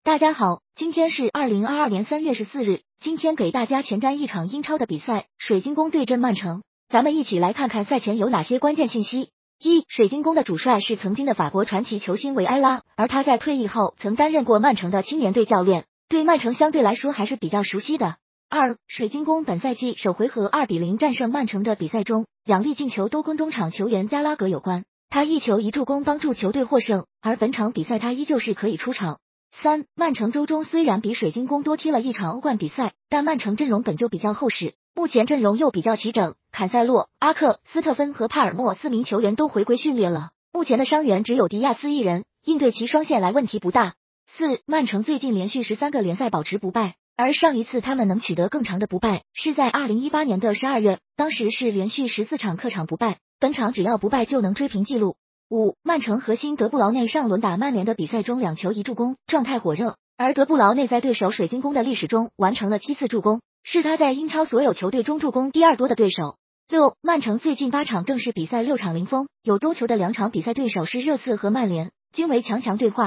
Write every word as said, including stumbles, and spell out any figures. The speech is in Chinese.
大家好，今天是二零二二年三月十四日，今天给大家前瞻一场英超的比赛，水晶宫对阵曼城。咱们一起来看看赛前有哪些关键信息。一、水晶宫的主帅是曾经的法国传奇球星维埃拉，而他在退役后曾担任过曼城的青年队教练，对曼城相对来说还是比较熟悉的。二、水晶宫本赛季首回合二比零战胜曼城的比赛中，两粒进球都跟中场球员加拉格有关，他一球一助攻帮助球队获胜，而本场比赛他依旧是可以出场。三、曼城周中虽然比水晶宫多踢了一场欧冠比赛，但曼城阵容本就比较厚实，目前阵容又比较齐整，坎塞洛、阿克、斯特芬和帕尔默四名球员都回归训练了，目前的伤员只有迪亚斯一人，应对其双线来问题不大。四、曼城最近连续十三个联赛保持不败，而上一次他们能取得更长的不败是在二零一八年的十二月，当时是连续十四场客场不败，本场只要不败就能追平纪录。五、曼城核心德布劳内上轮打曼联的比赛中两球一助攻，状态火热，而德布劳内在对手水晶宫的历史中完成了七次助攻，是他在英超所有球队中助攻第二多的对手。六、曼城最近八场正式比赛六场零封，有多球的两场比赛对手是热刺和曼联，均为强强对话。